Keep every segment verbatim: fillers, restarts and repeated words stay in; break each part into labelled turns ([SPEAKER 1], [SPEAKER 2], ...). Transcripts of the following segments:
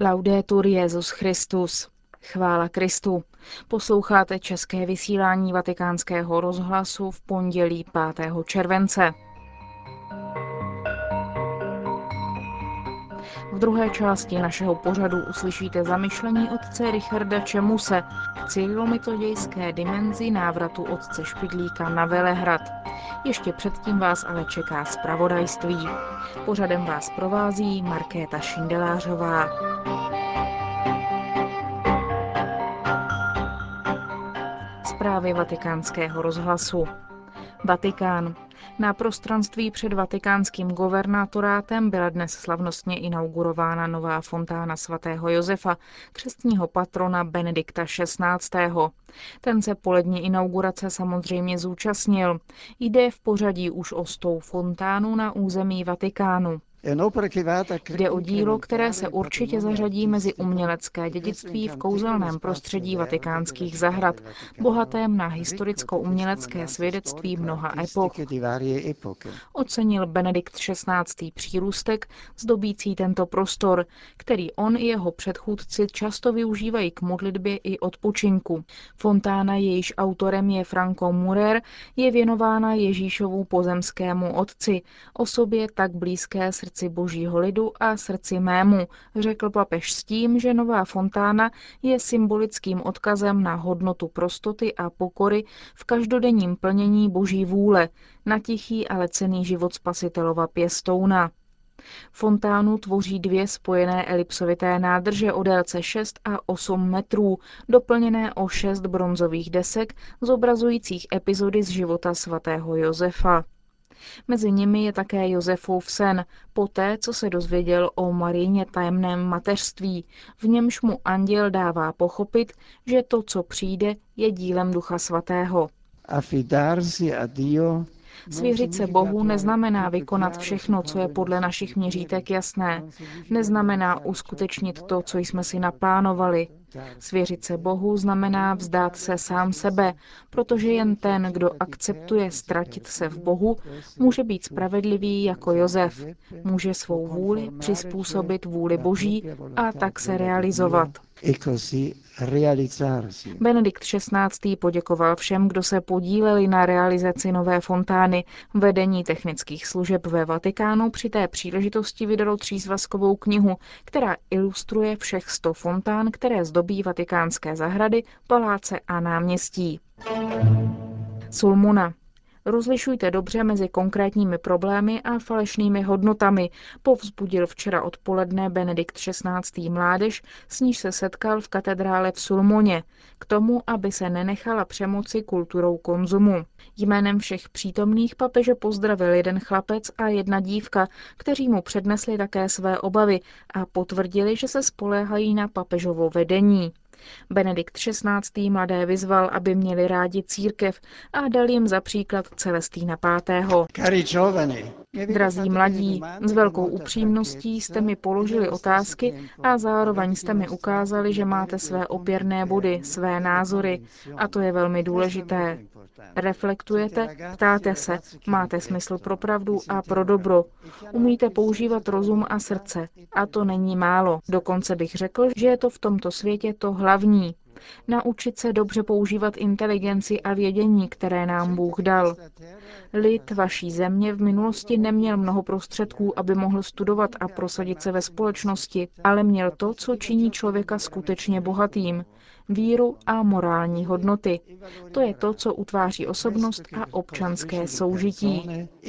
[SPEAKER 1] Laudetur Jesus Christus. Chvála Kristu. Posloucháte české vysílání Vatikánského rozhlasu v pondělí pátého července. V druhé části našeho pořadu uslyšíte zamyšlení otce Richarda Čemuse k cyrilometodějské dimenzi návratu otce Špidlíka na Velehrad. Ještě předtím vás ale čeká zpravodajství. Pořadem vás provází Markéta Šindelářová. Zprávy Vatikánského rozhlasu. Vatikán. Na prostranství před vatikánským guvernátorátem byla dnes slavnostně inaugurována nová fontána svatého Josefa, křestního patrona Benedikta šestnáctého. Ten se polední inaugurace samozřejmě zúčastnil. Jde v pořadí už o stou fontánu na území Vatikánu. Jde o dílo, které se určitě zařadí mezi umělecké dědictví v kouzelném prostředí vatikánských zahrad, bohatém na historicko-umělecké svědectví mnoha epoch. Ocenil Benedikt šestnáctý přírůstek zdobící tento prostor, který on i jeho předchůdci často využívají k modlitbě i odpočinku. Fontána, jejíž autorem je Franco Murer, je věnována Ježíšovu pozemskému otci, osobě tak blízké srdci božího lidu a srdci mému, řekl papež s tím, že nová fontána je symbolickým odkazem na hodnotu prostoty a pokory v každodenním plnění boží vůle, na tichý, ale cenný život spasitelova pěstouna. Fontánu tvoří dvě spojené elipsovité nádrže o délce šest a osm metrů, doplněné o šest bronzových desek zobrazujících epizody z života svatého Josefa. Mezi nimi je také Josefův sen, poté, co se dozvěděl o Marijně tajemném mateřství, v němž mu anděl dává pochopit, že to, co přijde, je dílem Ducha Svatého. Svěřit se Bohu neznamená vykonat všechno, co je podle našich měřítek jasné. Neznamená uskutečnit to, co jsme si naplánovali. Svěřit se Bohu znamená vzdát se sám sebe, protože jen ten, kdo akceptuje ztratit se v Bohu, může být spravedlivý jako Josef. Může svou vůli přizpůsobit vůli Boží a tak se realizovat. Benedikt šestnáctý poděkoval všem, kdo se podíleli na realizaci nové fontány. Vedení technických služeb ve Vatikánu při té příležitosti vydalo třísvazkovou knihu, která ilustruje všech sto fontán, které zdobí vatikánské zahrady, paláce a náměstí. Sulmona. Rozlišujte dobře mezi konkrétními problémy a falešnými hodnotami, povzbudil včera odpoledne Benedikt šestnáctý mládež, s níž se setkal v katedrále v Sulmoně, k tomu, aby se nenechala přemoci kulturou konzumu. Jménem všech přítomných papeže pozdravil jeden chlapec a jedna dívka, kteří mu přednesli také své obavy a potvrdili, že se spoléhají na papežovo vedení. Benedikt šestnáctý mladé vyzval, aby měli rádi církev a dal jim za příklad Celestína pátého. Drazí mladí, s velkou upřímností jste mi položili otázky a zároveň jste mi ukázali, že máte své opěrné body, své názory a to je velmi důležité. Reflektujete, ptáte se, máte smysl pro pravdu a pro dobro. Umíte používat rozum a srdce. A to není málo. Dokonce bych řekl, že je to v tomto světě to hlavní. Naučit se dobře používat inteligenci a vědění, které nám Bůh dal. Lid vaší země v minulosti neměl mnoho prostředků, aby mohl studovat a prosadit se ve společnosti, ale měl to, co činí člověka skutečně bohatým. Víru a morální hodnoty. To je to, co utváří osobnost a občanské soužití,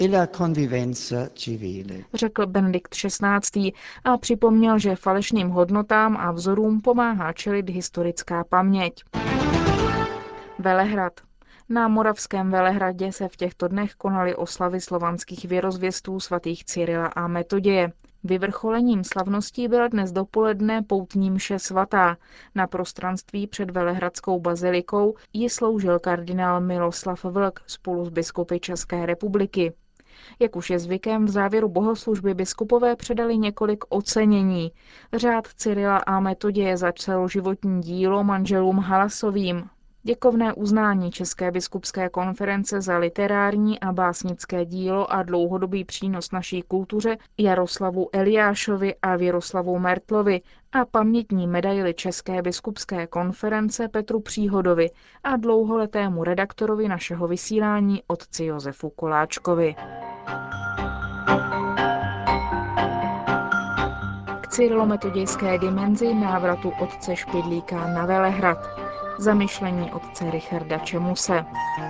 [SPEAKER 1] řekl Benedikt šestnáctý a připomněl, že falešným hodnotám a vzorům pomáhá čelit historická paměť. Velehrad. Na moravském Velehradě se v těchto dnech konaly oslavy slovanských věrozvěstů svatých Cyrila a Metoděje. Vyvrcholením slavností byla dnes dopoledne poutní mše svatá. Na prostranství před Velehradskou bazilikou ji sloužil kardinál Miloslav Vlk spolu s biskupy České republiky. Jak už je zvykem, v závěru bohoslužby biskupové předali několik ocenění. Řád Cyrila a Metoděje za celoživotní dílo manželům Halasovým. Děkovné uznání České biskupské konference za literární a básnické dílo a dlouhodobý přínos naší kultuře Jaroslavu Eliášovi a Věroslavu Mertlovi a pamětní medaili České biskupské konference Petru Příhodovi a dlouholetému redaktorovi našeho vysílání otci Josefu Koláčkovi. K cyrilometodějské dimenzi návratu otce Špidlíka na Velehrad. Zamyšlení otce Richarda Čemuse.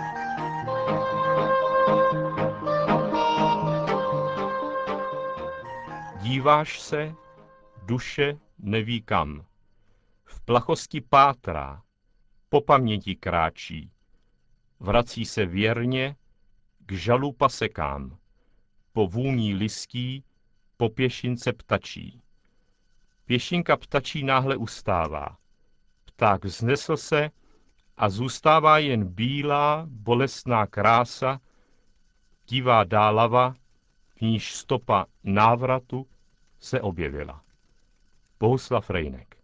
[SPEAKER 2] Díváš se, duše neví kam. V plachosti pátrá, po paměti kráčí. Vrací se věrně k žalu pasekám. Po vůní listí, po pěšince ptačí. Pěšinka ptačí náhle ustává. Pták vznesl se a zůstává jen bílá, bolestná krása, divá dálava, v níž stopa návratu se objevila. Bohuslav Rejnek.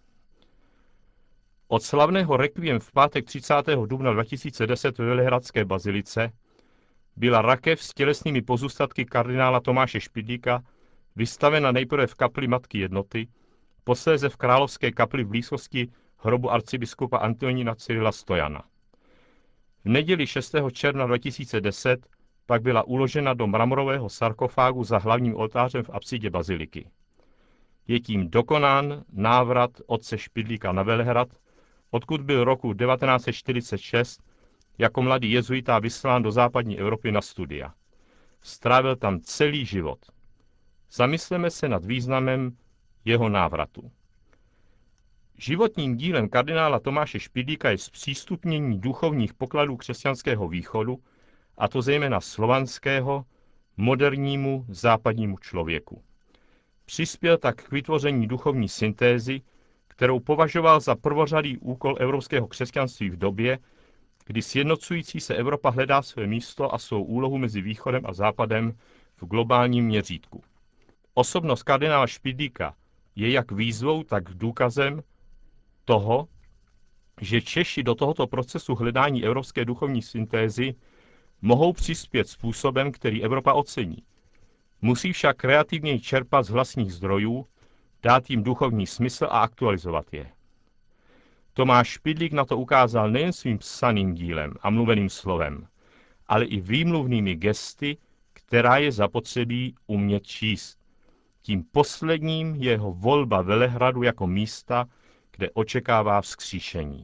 [SPEAKER 2] Od slavného rekviem v pátek třicátého dubna dva tisíce deset ve Velehradské bazilice byla rakev s tělesnými pozůstatky kardinála Tomáše Špidlíka vystavena nejprve v kapli Matky Jednoty, posléze v Královské kapli v blízkosti hrobu arcibiskupa Antonína Cyrila Stojana. V neděli šestého června dva tisíce deset pak byla uložena do mramorového sarkofágu za hlavním oltářem v apsidě baziliky. Je tím dokonán návrat otce Špidlíka na Velehrad, odkud byl roku devatenáct set čtyřicet šest jako mladý jezuita vyslán do západní Evropy na studia. Strávil tam celý život. Zamysleme se nad významem jeho návratu. Životním dílem kardinála Tomáše Špidlíka je zpřístupnění duchovních pokladů křesťanského východu, a to zejména slovanského, modernímu západnímu člověku. Přispěl tak k vytvoření duchovní syntézy, kterou považoval za prvořadý úkol evropského křesťanství v době, kdy sjednocující se Evropa hledá své místo a svou úlohu mezi východem a západem v globálním měřítku. Osobnost kardinála Špidlíka je jak výzvou, tak důkazem toho, že Češi do tohoto procesu hledání evropské duchovní syntézy mohou přispět způsobem, který Evropa ocení. Musí však kreativněji čerpat z vlastních zdrojů, dát jim duchovní smysl a aktualizovat je. Tomáš Špidlík na to ukázal nejen svým psaným dílem a mluveným slovem, ale i výmluvnými gesty, která je zapotřebí umět číst. Tím posledním je jeho volba Velehradu jako místa, kde očekává vzkříšení.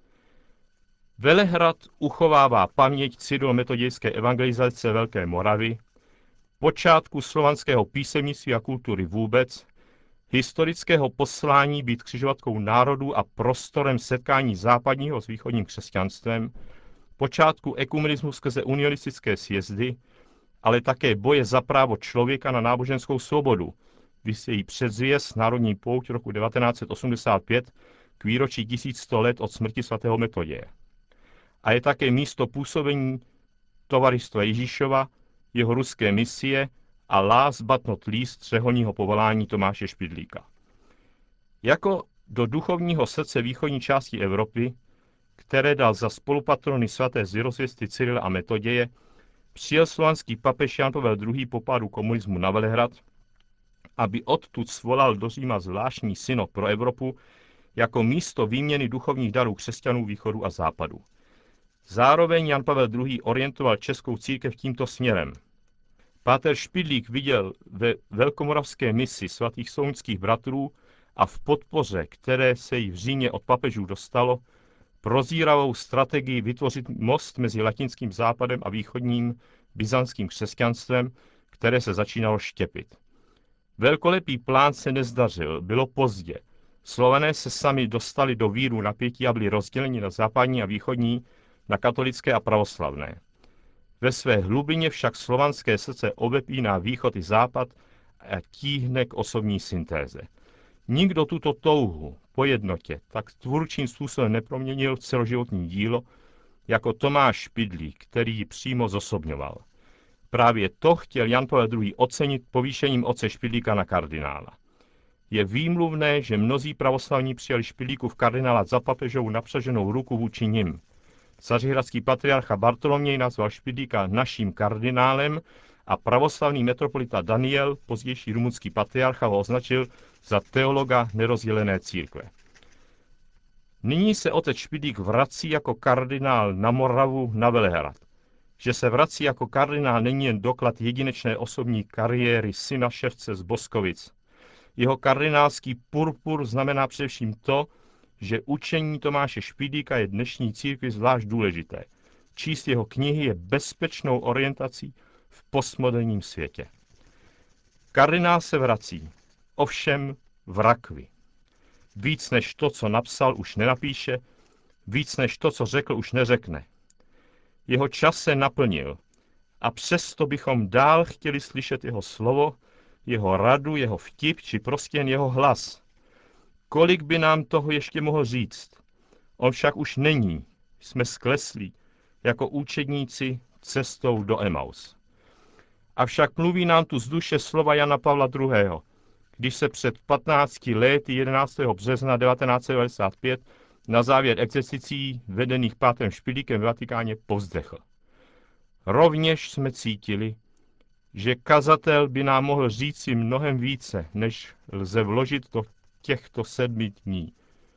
[SPEAKER 2] Velehrad uchovává paměť cyrilometodějské evangelizace Velké Moravy, počátku slovanského písemnictví a kultury vůbec, historického poslání být křižovatkou národů a prostorem setkání západního s východním křesťanstvem, počátku ekumenismu skrze unionistické sjezdy, ale také boje za právo člověka na náboženskou svobodu, když se jí předzvěst Národní pouť roku devatenáct set osmdesát pět k výročí tisíc sto let od smrti svatého Metoděje. A je také místo působení Tovaristva Ježíšova, jeho ruské misie a last but not least řeholního povolání Tomáše Špidlíka. Jako do duchovního srdce východní části Evropy, které dal za spolupatrony svaté zvěrozvěsty Cyrila a Metoděje, přijel slovanský papež Jan Pavel druhý. Po pádu komunismu na Velehrad, aby odtud svolal do Říma zvláštní synod pro Evropu jako místo výměny duchovních darů křesťanů východu a západu. Zároveň Jan Pavel druhý. Orientoval českou církev tímto směrem. Páter Špidlík viděl ve velkomoravské misi svatých sounských bratrů a v podpoře, které se jí v Římě od papežů dostalo, prozíravou strategii vytvořit most mezi latinským západem a východním byzantským křesťanstvem, které se začínalo štěpit. Velkolepý plán se nezdařil, bylo pozdě. Slované se sami dostali do víru napětí a byli rozděleni na západní a východní, na katolické a pravoslavné. Ve své hlubině však slovanské srdce obepíná východ i západ a tíhne k osobní syntéze. Nikdo tuto touhu po jednotě tak tvůrčím způsobem neproměnil v celoživotní dílo, jako Tomáš Špidlík, který ji přímo zosobňoval. Právě to chtěl Jan Pavel druhý. Ocenit povýšením otce Špidlíka na kardinála. Je výmluvné, že mnozí pravoslavní přijali Špidlíkův kardinála za papežovu napřaženou ruku vůči nim. Cařihradský patriarcha Bartoloměj nazval Špidlíka naším kardinálem a pravoslavný metropolita Daniel, pozdější rumunský patriarcha, ho označil za teologa nerozdělené církve. Nyní se otec Špidlík vrací jako kardinál na Moravu na Velehrad. Že se vrací jako kardinál není jen doklad jedinečné osobní kariéry syna ševce z Boskovic. Jeho kardinálský purpur znamená především to, že učení Tomáše Špidlíka je dnešní církvi zvlášť důležité. Číst jeho knihy je bezpečnou orientací v postmoderním světě. Kardinál se vrací, ovšem v rakvi. Víc než to, co napsal, už nenapíše, víc než to, co řekl, už neřekne. Jeho čas se naplnil a přesto bychom dál chtěli slyšet jeho slovo, jeho radu, jeho vtip, či prostě jen jeho hlas. Kolik by nám toho ještě mohl říct? On však už není. Jsme skleslí, jako učedníci cestou do Emaus. Avšak mluví nám tu z duše slova Jana Pavla druhého., když se před patnácti lety jedenáctého března devatenáct set devadesát pět na závěr exercicí vedených pátrem Špidlíkem v Vatikáně povzdechl. Rovněž jsme cítili, že kazatel by nám mohl říci mnohem více, než lze vložit do těchto sedmi dní.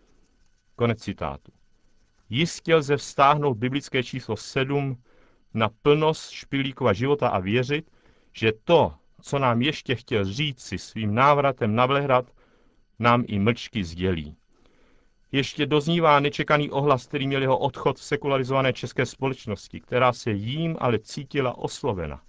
[SPEAKER 2] Konec citátu. Jistě lze vztáhnout biblické číslo sedm na plnost Špidlíkova života a věřit, že to, co nám ještě chtěl říci svým návratem na Velehrad, nám i mlčky sdělí. Ještě doznívá nečekaný ohlas, který měl jeho odchod v sekularizované české společnosti, která se jím ale cítila oslovena.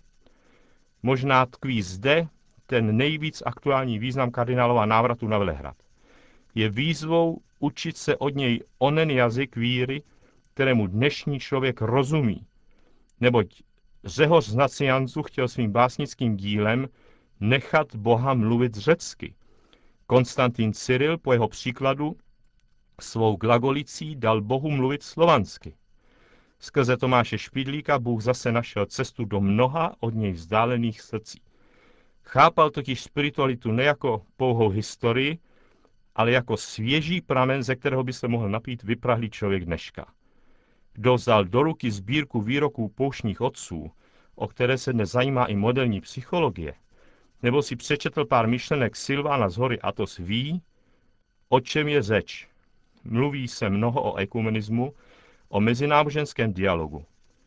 [SPEAKER 2] Možná tkví zde ten nejvíc aktuální význam kardinálova návratu na Velehrad. Je výzvou učit se od něj onen jazyk víry, kterému dnešní člověk rozumí, neboť Řehoř z Nacianzu chtěl svým básnickým dílem nechat Boha mluvit řecky. Konstantin Cyril po jeho příkladu svou glagolicí dal Bohu mluvit slovansky. Skrze Tomáše Špidlíka Bůh zase našel cestu do mnoha od něj vzdálených srdcí. Chápal totiž spiritualitu ne jako pouhou historii, ale jako svěží pramen, ze kterého by se mohl napít vyprahlý člověk dneška. Kdo vzal do ruky sbírku výroků pouštních otců, o které se dnes zajímá i moderní psychologie, nebo si přečetl pár myšlenek Silvána z hory Athos, ví, o čem je řeč. Mluví se mnoho o ekumenismu, o mezináboženském dialogu.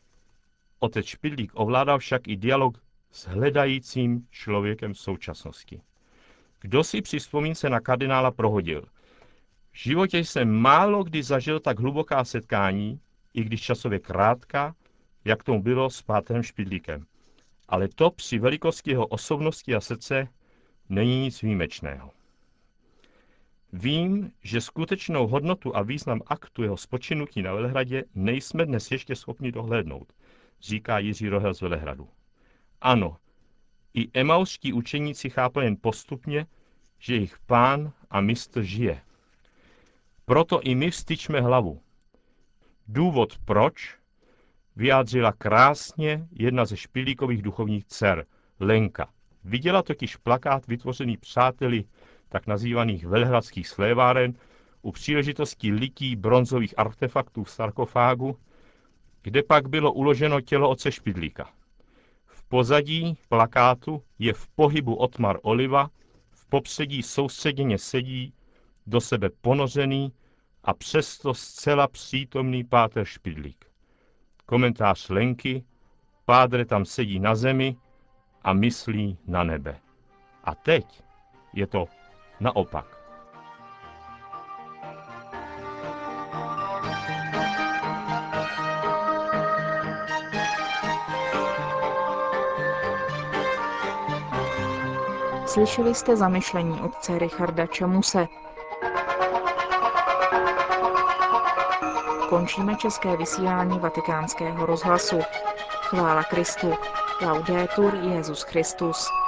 [SPEAKER 2] Otec Špidlík ovládal však i dialog s hledajícím člověkem v současnosti. Kdo si při vzpomínce na kardinála prohodil? V životě jsem málo kdy zažil tak hluboká setkání, i když časově krátká, jak tomu bylo s pátrem Špidlíkem. Ale to při velikosti jeho osobnosti a srdce není nic výjimečného. Vím, že skutečnou hodnotu a význam aktu jeho spočinutí na Velehradě nejsme dnes ještě schopni dohlédnout, říká Jiří Rohel z Velehradu. Ano, i emauští učeníci chápali jen postupně, že jejich pán a mistr žije. Proto i my vstyčme hlavu. Důvod proč vyjádřila krásně jedna ze Špidlíkových duchovních dcer, Lenka. Viděla totiž plakát vytvořený přáteli tak nazývaných velehradských sléváren u příležitosti lití bronzových artefaktů v sarkofágu, kde pak bylo uloženo tělo otce Špidlíka. V pozadí plakátu je v pohybu Otmar Oliva, v popředí soustředěně sedí, do sebe ponořený a přesto zcela přítomný páter Špidlík. Komentář Lenky, pádre tam sedí na zemi a myslí na nebe. A teď je to naopak.
[SPEAKER 1] Slyšeli jste zamyšlení otce Richarda Čamuse. Končíme české vysílání Vatikánského rozhlasu. Chvála Kristu. Laudetur Jesus Christus.